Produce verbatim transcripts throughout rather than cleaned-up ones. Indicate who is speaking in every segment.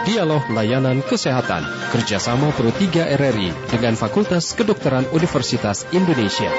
Speaker 1: Dialog Layanan Kesehatan kerjasama Pro tiga R R I dengan Fakultas Kedokteran Universitas Indonesia.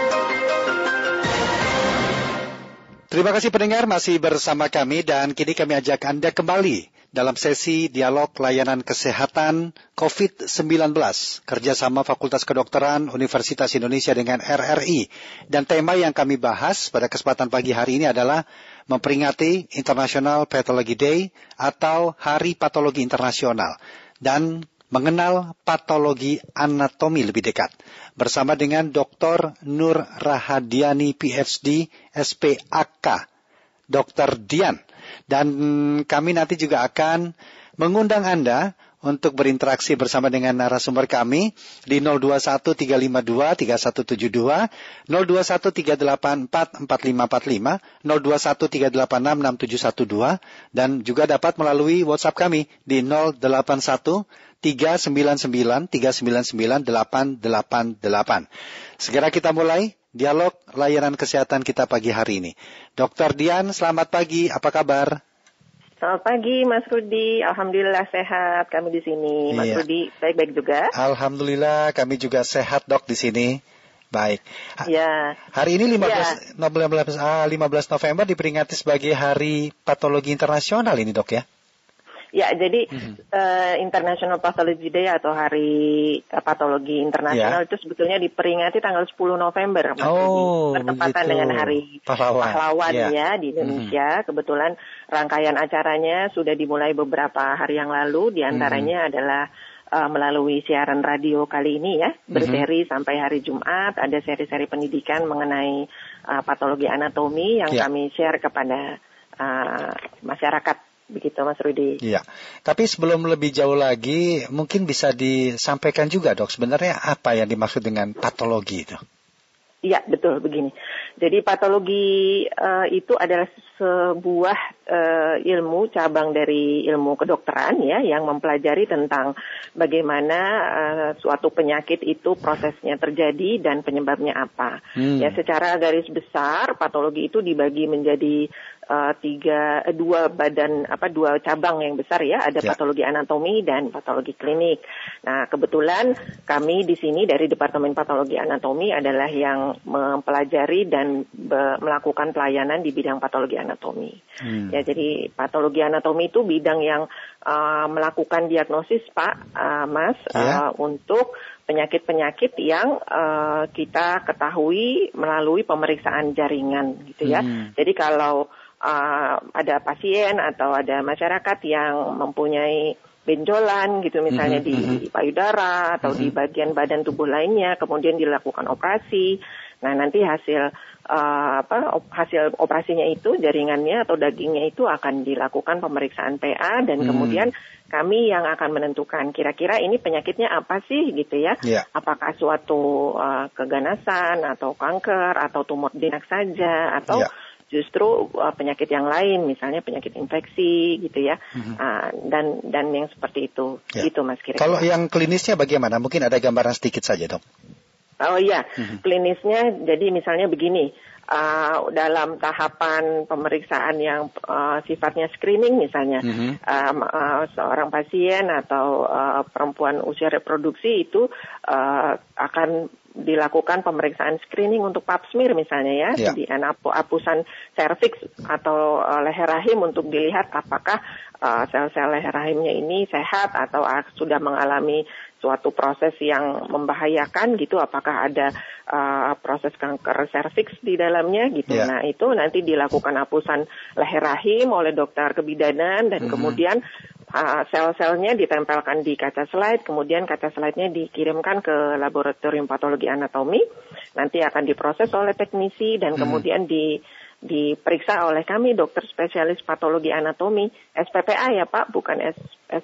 Speaker 2: Terima kasih pendengar, masih bersama kami dan kini kami ajak Anda kembali dalam sesi Dialog Layanan Kesehatan covid sembilan belas kerjasama Fakultas Kedokteran Universitas Indonesia dengan R R I. Dan tema yang kami bahas pada kesempatan pagi hari ini adalah memperingati International Pathology Day atau Hari Patologi Internasional dan mengenal patologi anatomi lebih dekat. Bersama dengan Doktor Nur Rahadiani P H D S P A K, Doktor Dian. Dan kami nanti juga akan mengundang Anda untuk berinteraksi bersama dengan narasumber kami di nol dua satu tiga lima dua tiga satu tujuh dua, nol dua satu tiga delapan empat empat lima empat lima, nol dua satu tiga delapan enam enam tujuh satu dua, dan juga dapat melalui WhatsApp kami di nol delapan satu tiga sembilan sembilan tiga sembilan sembilan delapan delapan delapan. Segera kita mulai dialog layanan kesehatan kita pagi hari ini. Doktor Dian, selamat pagi, apa kabar?
Speaker 3: Selamat pagi, Mas Rudi. Alhamdulillah sehat kami di sini. Mas
Speaker 2: iya.
Speaker 3: Rudi baik-baik juga?
Speaker 2: Alhamdulillah kami juga sehat, Dok, di sini. Baik. Ha-
Speaker 3: ya.
Speaker 2: Hari ini lima belas,
Speaker 3: ya.
Speaker 2: lima belas November diperingati sebagai Hari Patologi Internasional ini, Dok, ya?
Speaker 3: Ya, jadi mm-hmm. uh, International Pathology Day atau Hari uh, Patologi Internasional ya. Itu sebetulnya diperingati tanggal sepuluh November. Mas
Speaker 2: oh,
Speaker 3: Rudi. Bertepatan dengan Hari
Speaker 2: Pahlawan,
Speaker 3: Pahlawan ya.
Speaker 2: ya
Speaker 3: di Indonesia.
Speaker 2: Mm-hmm.
Speaker 3: Kebetulan rangkaian acaranya sudah dimulai beberapa hari yang lalu. Di antaranya mm-hmm. adalah uh, melalui siaran radio kali ini ya, berseri mm-hmm. sampai hari Jumat. Ada seri-seri pendidikan mengenai uh, patologi anatomi yang ya. kami share kepada uh, masyarakat. Begitu Mas Rudi.
Speaker 2: Iya. Tapi sebelum lebih jauh lagi, mungkin bisa disampaikan juga, Dok, sebenarnya apa yang dimaksud dengan patologi itu?
Speaker 3: Iya, betul begini. Jadi patologi uh, itu adalah sebuah uh, ilmu cabang dari ilmu kedokteran ya, yang mempelajari tentang bagaimana uh, suatu penyakit itu prosesnya terjadi dan penyebabnya apa. Hmm. Ya, secara garis besar patologi itu dibagi menjadi Uh, tiga eh, dua badan apa dua cabang yang besar ya, ada ya. patologi anatomi dan patologi klinik. Nah, kebetulan kami di sini dari Departemen Patologi Anatomi adalah yang mempelajari dan be- melakukan pelayanan di bidang patologi anatomi. Hmm. Ya, jadi patologi anatomi itu bidang yang uh, melakukan diagnosis, Pak, uh, Mas, ya. uh, untuk penyakit-penyakit yang uh, kita ketahui melalui pemeriksaan jaringan gitu ya. Hmm. Jadi kalau uh, ada pasien atau ada masyarakat yang mempunyai benjolan gitu misalnya mm-hmm. di payudara atau mm-hmm. di bagian badan tubuh lainnya, kemudian dilakukan operasi. Nah, nanti hasil uh, apa op, hasil operasinya itu jaringannya atau dagingnya itu akan dilakukan pemeriksaan P A dan mm. kemudian kami yang akan menentukan kira-kira ini penyakitnya apa sih gitu ya. Yeah. Apakah suatu uh, keganasan atau kanker atau tumor jinak saja atau yeah. justru uh, penyakit yang lain, misalnya penyakit infeksi gitu ya, mm-hmm. uh, dan dan yang seperti itu, ya. Gitu Mas kira-kira.
Speaker 2: Kalau yang klinisnya bagaimana? Mungkin ada gambaran sedikit saja, Dok.
Speaker 3: Oh iya, mm-hmm. klinisnya jadi misalnya begini, uh, dalam tahapan pemeriksaan yang uh, sifatnya screening misalnya, mm-hmm. uh, uh, seorang pasien atau uh, perempuan usia reproduksi itu uh, akan dilakukan pemeriksaan screening untuk pap smear misalnya ya, yeah. di apusan serviks atau uh, leher rahim untuk dilihat apakah uh, sel-sel leher rahimnya ini sehat atau uh, sudah mengalami suatu proses yang membahayakan gitu, apakah ada uh, proses kanker serviks di dalamnya gitu. Yeah. Nah, itu nanti dilakukan apusan leher rahim oleh dokter kebidanan dan mm-hmm. kemudian Uh, sel-selnya ditempelkan di kaca slide, kemudian kaca slide-nya dikirimkan ke laboratorium patologi anatomi, nanti akan diproses oleh teknisi dan hmm. kemudian di diperiksa oleh kami dokter spesialis patologi anatomi, S P P A ya Pak, bukan S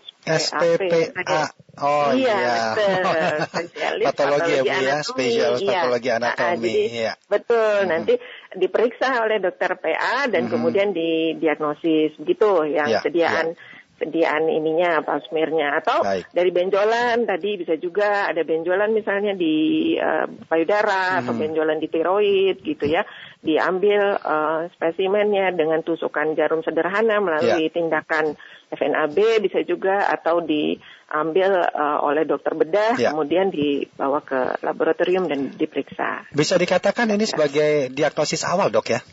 Speaker 2: S P P A. Oh iya,
Speaker 3: iya. Spesialis
Speaker 2: patologi, patologi ya Bu ya, spesialis
Speaker 3: iya.
Speaker 2: patologi anatomi. Nah, jadi,
Speaker 3: iya. Betul, hmm. nanti diperiksa oleh dokter P A dan hmm. kemudian didiagnosis begitu yang yeah. sediaan. Yeah. sediaan ininya, pap smear-nya, atau Baik. dari benjolan tadi bisa juga ada benjolan misalnya di uh, payudara hmm. atau benjolan di tiroid gitu ya, diambil uh, spesimennya dengan tusukan jarum sederhana melalui yeah. tindakan F N A B bisa juga, atau diambil uh, oleh dokter bedah yeah. kemudian dibawa ke laboratorium dan diperiksa.
Speaker 2: Bisa dikatakan ini sebagai diagnosis awal, Dok, ya?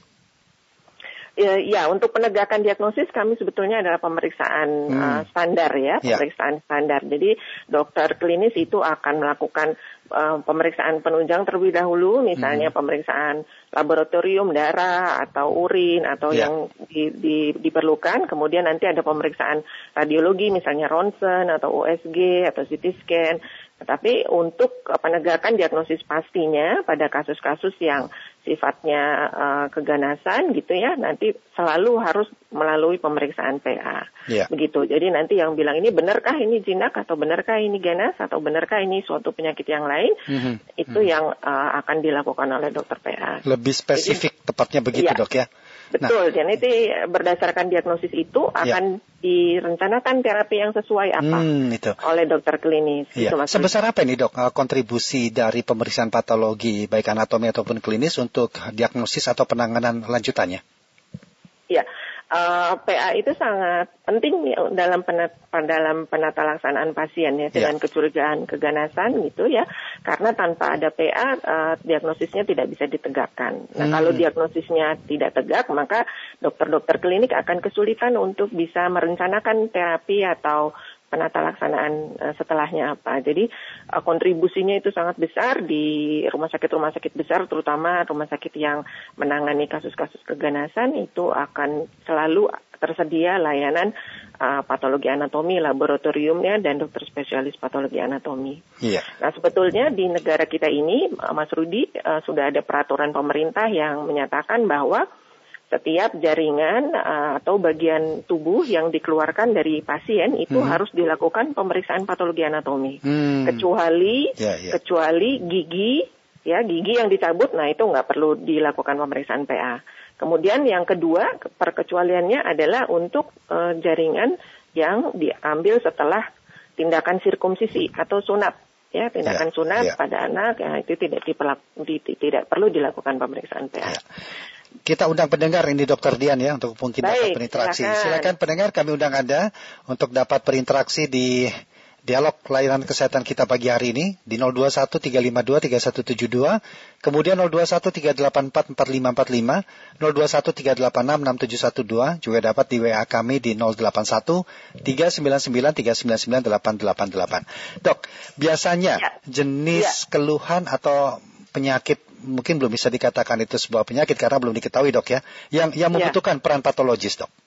Speaker 3: Ya, ya, untuk penegakan diagnosis kami sebetulnya adalah pemeriksaan hmm. uh, standar ya, pemeriksaan yeah. standar. Jadi dokter klinis itu akan melakukan uh, pemeriksaan penunjang terlebih dahulu, misalnya hmm. pemeriksaan laboratorium darah atau urin atau yeah. yang di, di, diperlukan. Kemudian nanti ada pemeriksaan radiologi, misalnya ronsen atau U S G atau C T scan. Tetapi untuk penegakan diagnosis pastinya pada kasus-kasus yang sifatnya uh, keganasan gitu ya, nanti selalu harus melalui pemeriksaan P A. Yeah. Begitu. Jadi nanti yang bilang ini benarkah ini jinak atau benarkah ini ganas atau benarkah ini suatu penyakit yang lain, mm-hmm. itu mm-hmm. yang uh, akan dilakukan oleh dokter P A.
Speaker 2: Lebih spesifik Jadi, tepatnya begitu iya. Dok ya?
Speaker 3: Betul, nah, dan itu berdasarkan diagnosis itu akan ya. direncanakan terapi yang sesuai apa hmm, itu. oleh dokter klinis.
Speaker 2: Ya. Itu sebesar apa ini, Dok, kontribusi dari pemeriksaan patologi baik anatomi ataupun klinis untuk diagnosis atau penanganan lanjutannya?
Speaker 3: Ya, uh, P A itu sangat penting ya, dalam penat, dalam penata laksanaan pasien ya, dengan ya. kecurigaan keganasan gitu ya, karena tanpa ada P A uh, diagnosisnya tidak bisa ditegakkan. Nah, hmm. kalau diagnosisnya tidak tegak, maka dokter-dokter klinik akan kesulitan untuk bisa merencanakan terapi atau penata laksanaan uh, setelahnya apa. Jadi uh, kontribusinya itu sangat besar di rumah sakit-rumah sakit besar, terutama rumah sakit yang menangani kasus-kasus keganasan, itu akan selalu tersedia layanan uh, patologi anatomi, laboratoriumnya, dan dokter spesialis patologi anatomi. Yeah. Nah, sebetulnya di negara kita ini, Mas Rudi, uh, sudah ada peraturan pemerintah yang menyatakan bahwa setiap jaringan uh, atau bagian tubuh yang dikeluarkan dari pasien itu hmm. harus dilakukan pemeriksaan patologi anatomi, hmm. kecuali yeah, yeah. kecuali gigi, ya gigi yang dicabut, nah itu nggak perlu dilakukan pemeriksaan P A. Kemudian yang kedua perkecualiannya adalah untuk uh, jaringan yang diambil setelah tindakan sirkumsisi atau sunat. Ya, tindakan yeah, sunat yeah. pada anak ya, itu tidak diperlaku, di, tidak perlu dilakukan pemeriksaan P A. Yeah.
Speaker 2: Kita undang pendengar ini Dokter Dian ya untuk mungkin dapat berinteraksi. Silakan. silakan pendengar, kami undang Anda untuk dapat berinteraksi di dialog layanan kesehatan kita pagi hari ini di nol dua satu tiga lima dua tiga satu tujuh dua, kemudian nol dua satu tiga delapan empat empat lima empat lima, nol dua satu tiga delapan enam enam tujuh satu dua, juga dapat di W A kami di nol delapan satu tiga sembilan sembilan tiga sembilan sembilan delapan delapan delapan. Dok, biasanya ya. jenis ya. keluhan atau penyakit, mungkin belum bisa dikatakan itu sebuah penyakit karena belum diketahui, Dok ya, yang yang membutuhkan ya. peran patologis, Dok.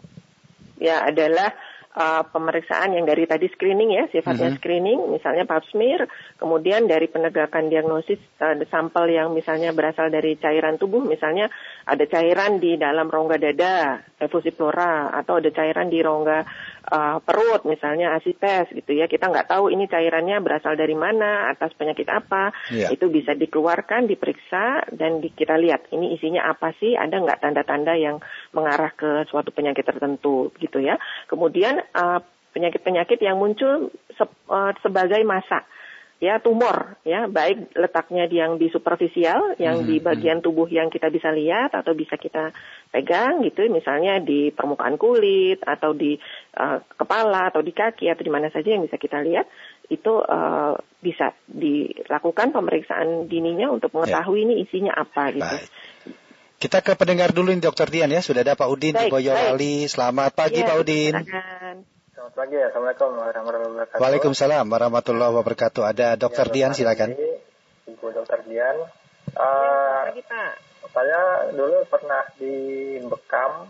Speaker 3: Ya, adalah uh, pemeriksaan yang dari tadi screening ya, sifatnya mm-hmm. screening, misalnya pap smear, kemudian dari penegakan diagnosis uh, sampel yang misalnya berasal dari cairan tubuh, misalnya ada cairan di dalam rongga dada, efusi plora, atau ada cairan di rongga uh, perut, misalnya asipes gitu ya, kita nggak tahu ini cairannya berasal dari mana, atas penyakit apa, yeah. itu bisa dikeluarkan, diperiksa, dan di, kita lihat ini isinya apa sih, ada nggak tanda-tanda yang mengarah ke suatu penyakit tertentu gitu ya. Kemudian uh, penyakit-penyakit yang muncul se, uh, sebagai massa, ya tumor, ya baik letaknya yang di superficial, yang hmm, di bagian tubuh yang kita bisa lihat atau bisa kita pegang gitu, misalnya di permukaan kulit atau di uh, kepala atau di kaki atau di mana saja yang bisa kita lihat, itu uh, bisa dilakukan pemeriksaan dininya untuk mengetahui ya. ini isinya apa gitu. Baik.
Speaker 2: Kita ke pendengar dulu nih Dokter Dian ya, sudah ada Pak Udin baik, di Boyolali. Selamat pagi ya, Pak Udin.
Speaker 4: Silakan. Selamat pagi, Assalamualaikum warahmatullahi wabarakatuh.
Speaker 2: Waalaikumsalam warahmatullahi wabarakatuh. Ada Dokter ya, Dian, silakan.
Speaker 4: Ibu Dokter Dian. Uh,
Speaker 3: ya, pagi Pak.
Speaker 4: Saya dulu pernah dibekam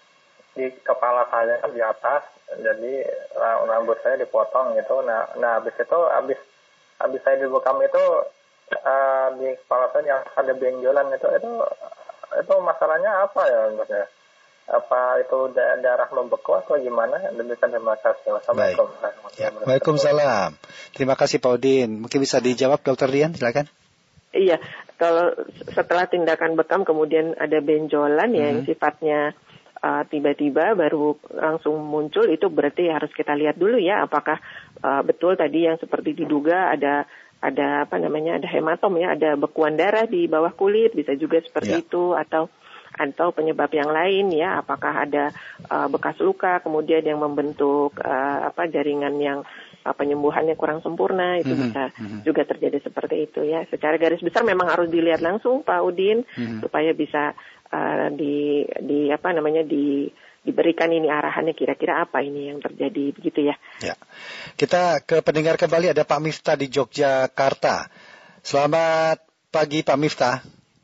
Speaker 4: di kepala saya di atas, jadi rambut saya dipotong gitu. Nah, nah habis itu habis habis saya dibekam itu uh, di kepala saya yang ada benjolan itu itu itu masalahnya apa ya maksudnya? Apa itu darah membeku atau gimana? Demikian, terima kasih. Assalamualaikum.
Speaker 2: Ya, Waalaikumsalam. Terima kasih Pak Udin. Mungkin bisa dijawab Dokter Dian, silakan.
Speaker 3: Iya, kalau setelah tindakan bekam kemudian ada benjolan hmm. yang sifatnya uh, tiba-tiba baru langsung muncul, itu berarti harus kita lihat dulu ya apakah uh, betul tadi yang seperti diduga ada ada apa namanya ada hematom ya, ada bekuan darah di bawah kulit, bisa juga seperti yeah. itu, atau atau penyebab yang lain ya, apakah ada uh, bekas luka kemudian yang membentuk uh, apa jaringan yang uh, penyembuhannya kurang sempurna, itu mm-hmm. bisa mm-hmm. juga terjadi seperti itu ya. Secara garis besar memang harus dilihat langsung Pak Udin mm-hmm. supaya bisa uh, di di apa namanya di diberikan ini arahannya kira-kira apa ini yang terjadi begitu ya.
Speaker 2: Ya. Kita ke pendengar kembali, ada Pak Miftah di Yogyakarta. Selamat pagi Pak Miftah.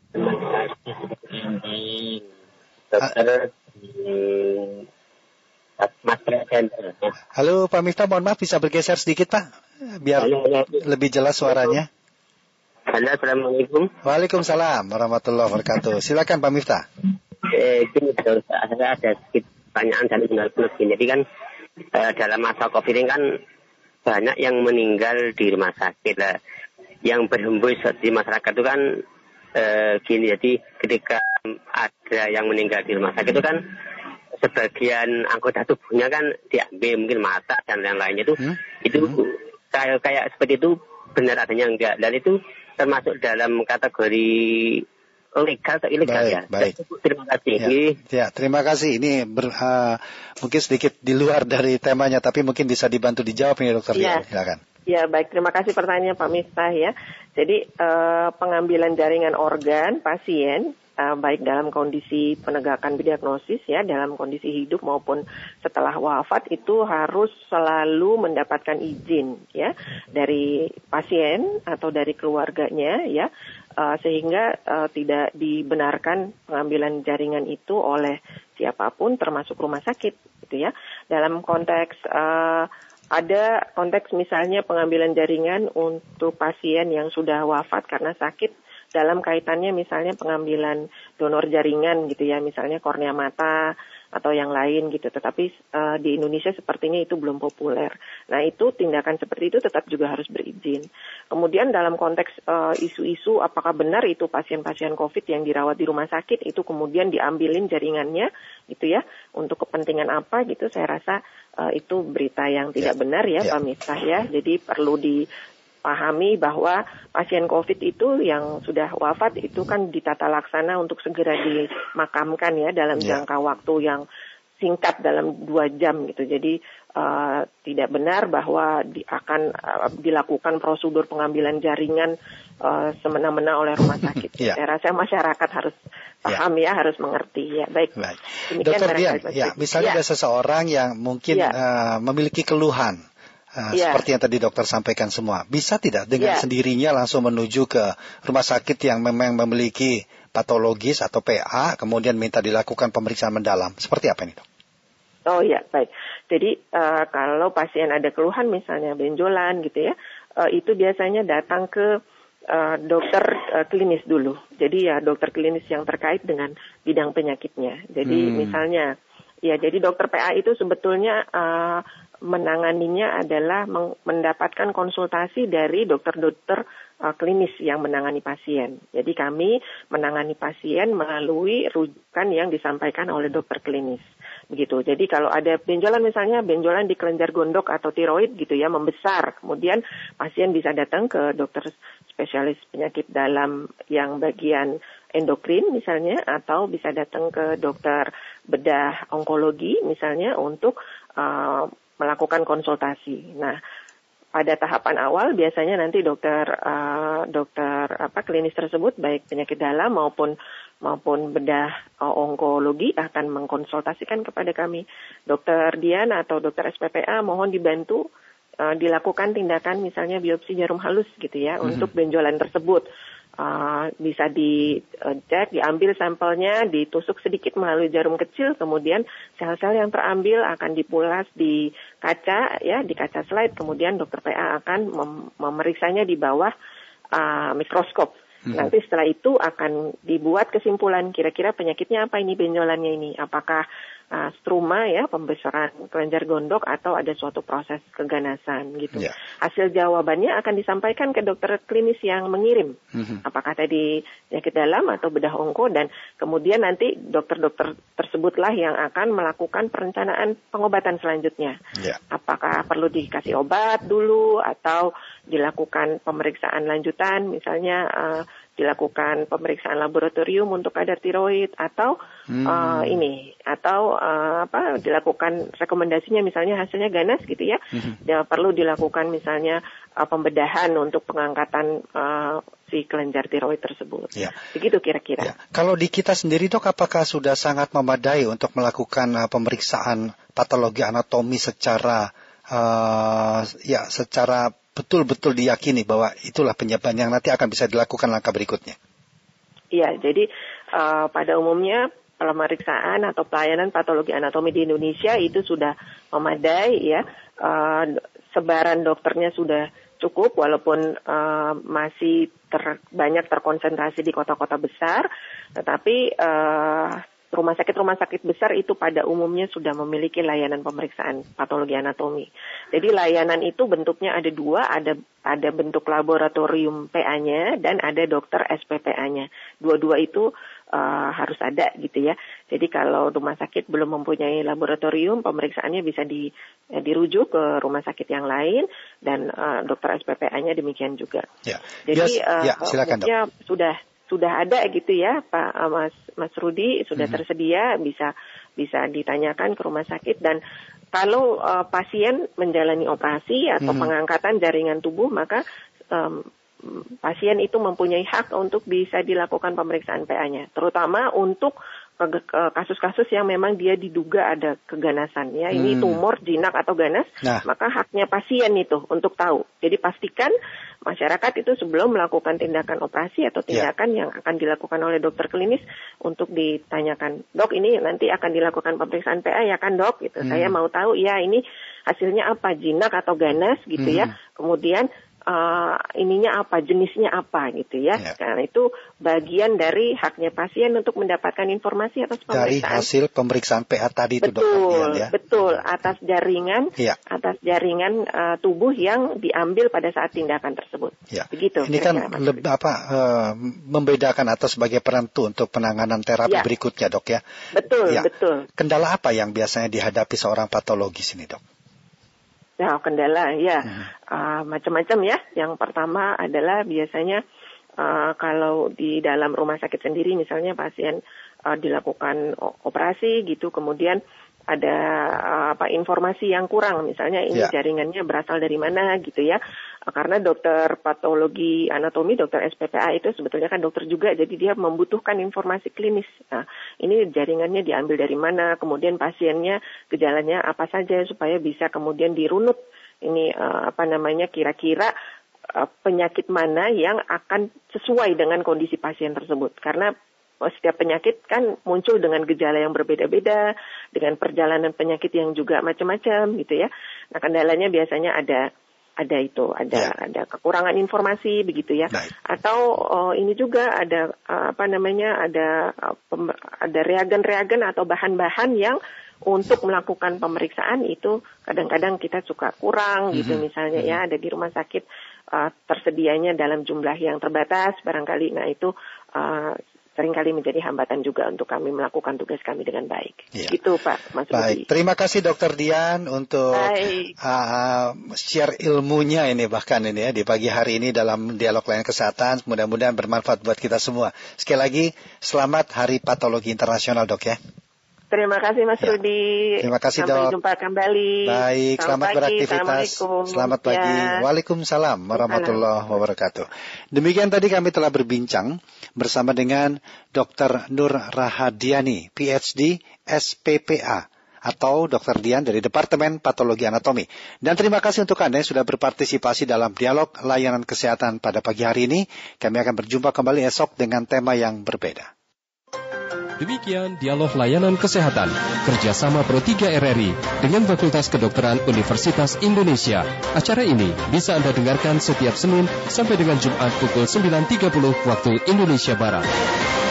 Speaker 2: Dokter Halo Pak Miftah, mohon maaf bisa bergeser sedikit Pak, biar halo, halo. lebih jelas suaranya.
Speaker 5: Halo, Assalamualaikum.
Speaker 2: Waalaikumsalam warahmatullahi wabarakatuh. Silakan Pak Miftah.
Speaker 5: Eh, gini, saya ada sedikit pertanyaan dari benar plus gini. Jadi kan eh, dalam masa COVID ini kan banyak yang meninggal di rumah sakit lah. Yang berhembus di masyarakat itu kan eh, gini. Jadi ketika ada yang meninggal di rumah sakit itu kan sebagian anggota tubuhnya kan diambil, mungkin mata dan lain-lainnya itu hmm? itu hmm. kayak kayak seperti itu benar adanya enggak, dan itu termasuk dalam kategori legal atau ilegal baik,
Speaker 2: ya. Baik.
Speaker 5: Terima kasih.
Speaker 2: Ya, ya, terima kasih. Ini ber, uh, mungkin sedikit di luar dari temanya, tapi mungkin bisa dibantu dijawab ini Dokter Dian. Ya. Silakan.
Speaker 3: Ya, baik. Terima kasih pertanyaannya Pak Miftah ya. Jadi uh, pengambilan jaringan organ pasien uh, baik dalam kondisi penegakan diagnosis ya, dalam kondisi hidup maupun setelah wafat itu harus selalu mendapatkan izin ya dari pasien atau dari keluarganya ya. Uh, sehingga uh, tidak dibenarkan pengambilan jaringan itu oleh siapapun termasuk rumah sakit gitu ya. Dalam konteks uh, ada konteks misalnya pengambilan jaringan untuk pasien yang sudah wafat karena sakit dalam kaitannya misalnya pengambilan donor jaringan gitu ya, misalnya kornea mata atau yang lain gitu. Tetapi uh, di Indonesia sepertinya itu belum populer. Nah itu tindakan seperti itu tetap juga harus berizin. Kemudian dalam konteks uh, isu-isu apakah benar itu pasien-pasien COVID yang dirawat di rumah sakit itu kemudian diambilin jaringannya gitu ya untuk kepentingan apa gitu, saya rasa uh, itu berita yang tidak ya. benar ya, ya Pak Miftah ya. Jadi perlu di pahami bahwa pasien COVID itu yang sudah wafat itu kan ditata laksana untuk segera dimakamkan ya dalam yeah. jangka waktu yang singkat, dalam dua jam gitu. Jadi uh, tidak benar bahwa di, akan uh, dilakukan prosedur pengambilan jaringan uh, semena-mena oleh rumah sakit. yeah. Saya rasa masyarakat harus paham yeah. ya, harus mengerti ya. Baik.
Speaker 2: Baik. Dokter Dian, ya, misalnya yeah. ada seseorang yang mungkin yeah. uh, memiliki keluhan. Uh, yeah. Seperti yang tadi dokter sampaikan semua, bisa tidak dengan yeah. sendirinya langsung menuju ke rumah sakit yang memang memiliki patologis atau P A, kemudian minta dilakukan pemeriksaan mendalam? Seperti apa ini dok?
Speaker 3: Oh iya, baik. Jadi uh, kalau pasien ada keluhan misalnya benjolan gitu ya, uh, itu biasanya datang ke uh, dokter uh, klinis dulu. Jadi ya dokter klinis yang terkait dengan bidang penyakitnya. Jadi hmm. misalnya, ya jadi dokter P A itu sebetulnya uh, menanganinya adalah mendapatkan konsultasi dari dokter-dokter uh, klinis yang menangani pasien. Jadi kami menangani pasien melalui rujukan yang disampaikan oleh dokter klinis. Begitu. Jadi kalau ada benjolan misalnya benjolan di kelenjar gondok atau tiroid gitu ya membesar, kemudian pasien bisa datang ke dokter spesialis penyakit dalam yang bagian endokrin misalnya, atau bisa datang ke dokter bedah onkologi misalnya untuk uh, melakukan konsultasi. Nah, pada tahapan awal biasanya nanti dokter uh, dokter apa klinis tersebut baik penyakit dalam maupun maupun bedah uh, onkologi akan mengkonsultasikan kepada kami, Dokter Dian atau Dokter S P P A mohon dibantu uh, dilakukan tindakan misalnya biopsi jarum halus gitu ya mm-hmm. untuk benjolan tersebut. Uh, bisa dicek, diambil sampelnya, ditusuk sedikit melalui jarum kecil, kemudian sel-sel yang terambil akan dipulas di kaca, ya di kaca slide, kemudian dokter P A akan mem- memeriksanya di bawah uh, mikroskop. Hmm. Nanti setelah itu akan dibuat kesimpulan kira-kira penyakitnya apa ini benjolannya ini, apakah uh, struma ya, pembesaran kelenjar gondok atau ada suatu proses keganasan gitu. Yeah. Hasil jawabannya akan disampaikan ke dokter klinis yang mengirim. Mm-hmm. Apakah tadi penyakit dalam atau bedah onko, dan kemudian nanti dokter-dokter tersebutlah yang akan melakukan perencanaan pengobatan selanjutnya. Yeah. Apakah perlu dikasih obat dulu atau dilakukan pemeriksaan lanjutan, misalnya uh, dilakukan pemeriksaan laboratorium untuk kadar tiroid atau hmm. uh, ini atau uh, apa dilakukan rekomendasinya misalnya hasilnya ganas gitu ya, hmm. ya perlu dilakukan misalnya uh, pembedahan untuk pengangkatan uh, si kelenjar tiroid tersebut. Ya. Begitu kira-kira. Ya.
Speaker 2: Kalau di kita sendiri dok, apakah sudah sangat memadai untuk melakukan uh, pemeriksaan patologi anatomi secara uh, ya secara betul-betul diyakini bahwa itulah penyebab yang nanti akan bisa dilakukan langkah berikutnya?
Speaker 3: Iya, jadi uh, pada umumnya pemeriksaan atau pelayanan patologi anatomi di Indonesia itu sudah memadai ya, uh, sebaran dokternya sudah cukup walaupun uh, masih ter, banyak terkonsentrasi di kota-kota besar, tetapi uh, rumah sakit-rumah sakit besar itu pada umumnya sudah memiliki layanan pemeriksaan patologi anatomi. Jadi layanan itu bentuknya ada dua, ada ada bentuk laboratorium P A-nya dan ada dokter S P P A-nya. Dua-dua itu uh, harus ada gitu ya. Jadi kalau rumah sakit belum mempunyai laboratorium, pemeriksaannya bisa di, eh, dirujuk ke rumah sakit yang lain dan uh, dokter S P P A-nya demikian juga. Ya. Jadi yes. uh, ya, silakan, dok. sudah sudah ada gitu ya Pak Mas Mas Rudi, sudah mm-hmm. tersedia, bisa bisa ditanyakan ke rumah sakit. Dan kalau uh, pasien menjalani operasi atau mm-hmm. pengangkatan jaringan tubuh, maka um, pasien itu mempunyai hak untuk bisa dilakukan pemeriksaan P A-nya, terutama untuk kasus-kasus yang memang dia diduga ada keganasan ya, hmm. ini tumor, jinak atau ganas, nah. maka haknya pasien itu untuk tahu. Jadi pastikan masyarakat itu sebelum melakukan tindakan operasi atau tindakan yeah. yang akan dilakukan oleh dokter klinis untuk ditanyakan, dok ini nanti akan dilakukan pemeriksaan P A ya kan dok? Gitu. Hmm. Saya mau tahu ya ini hasilnya apa, jinak atau ganas gitu hmm. ya. Kemudian Uh, ininya apa, jenisnya apa gitu ya. ya. Karena itu bagian dari haknya pasien untuk mendapatkan informasi atas pemeriksaan. Dari hasil pemeriksaan P A tadi itu
Speaker 2: betul,
Speaker 3: dokter ya. Betul, atas jaringan, ya. atas jaringan uh, tubuh yang diambil pada saat tindakan tersebut. Ya. Begitu.
Speaker 2: Ini kan lebih apa uh, membedakan atau sebagai penentu untuk penanganan terapi ya. berikutnya dok ya.
Speaker 3: Betul, ya. betul.
Speaker 2: Kendala apa yang biasanya dihadapi seorang patologis ini dok?
Speaker 3: Ya, kendala ya hmm. uh, macam-macam ya. Yang pertama adalah biasanya uh, kalau di dalam rumah sakit sendiri misalnya pasien uh, dilakukan operasi gitu, kemudian ada uh, apa informasi yang kurang, misalnya ini ya. jaringannya berasal dari mana gitu ya. Uh, karena dokter patologi anatomi, dokter S P P A itu sebetulnya kan dokter juga, jadi dia membutuhkan informasi klinis. Nah, ini jaringannya diambil dari mana, kemudian pasiennya gejalanya apa saja supaya bisa kemudian dirunut ini uh, apa namanya kira-kira uh, penyakit mana yang akan sesuai dengan kondisi pasien tersebut. Karena setiap penyakit kan muncul dengan gejala yang berbeda-beda, dengan perjalanan penyakit yang juga macam-macam gitu ya. Nah, kendalanya biasanya ada ada itu, ada ya. ada kekurangan informasi begitu ya. Baik. Atau oh, ini juga ada apa namanya ada ada reagen-reagen atau bahan-bahan yang untuk melakukan pemeriksaan itu kadang-kadang kita suka kurang gitu mm-hmm. misalnya mm-hmm. ya, ada di rumah sakit uh, tersedianya dalam jumlah yang terbatas barangkali. Nah, itu uh, seringkali menjadi hambatan juga untuk kami melakukan tugas kami dengan baik. Ya. Gitu Pak Mas Rudi.
Speaker 2: Baik, terima kasih Dokter Dian untuk uh, share ilmunya ini bahkan ini ya di pagi hari ini dalam dialog layanan kesehatan. Mudah-mudahan bermanfaat buat kita semua. Sekali lagi selamat Hari Patologi Internasional dok ya.
Speaker 3: Terima kasih Mas ya. Rudi.
Speaker 2: Terima kasih
Speaker 3: Sampai
Speaker 2: dok.
Speaker 3: Sampai jumpa kembali.
Speaker 2: Baik, selamat, selamat beraktivitas. Selamat pagi. Ya. Waalaikumsalam warahmatullahi wabarakatuh. Demikian tadi kami telah berbincang bersama dengan Dokter Nur Rahadiani, P H D S P P A atau Dokter Dian dari Departemen Patologi Anatomi. Dan terima kasih untuk Anda yang sudah berpartisipasi dalam dialog layanan kesehatan pada pagi hari ini. Kami akan berjumpa kembali esok dengan tema yang berbeda.
Speaker 1: Demikian dialog layanan kesehatan kerjasama Pro tiga R R I dengan Fakultas Kedokteran Universitas Indonesia. Acara ini bisa Anda dengarkan setiap Senin sampai dengan Jumat pukul sembilan tiga puluh waktu Indonesia Barat.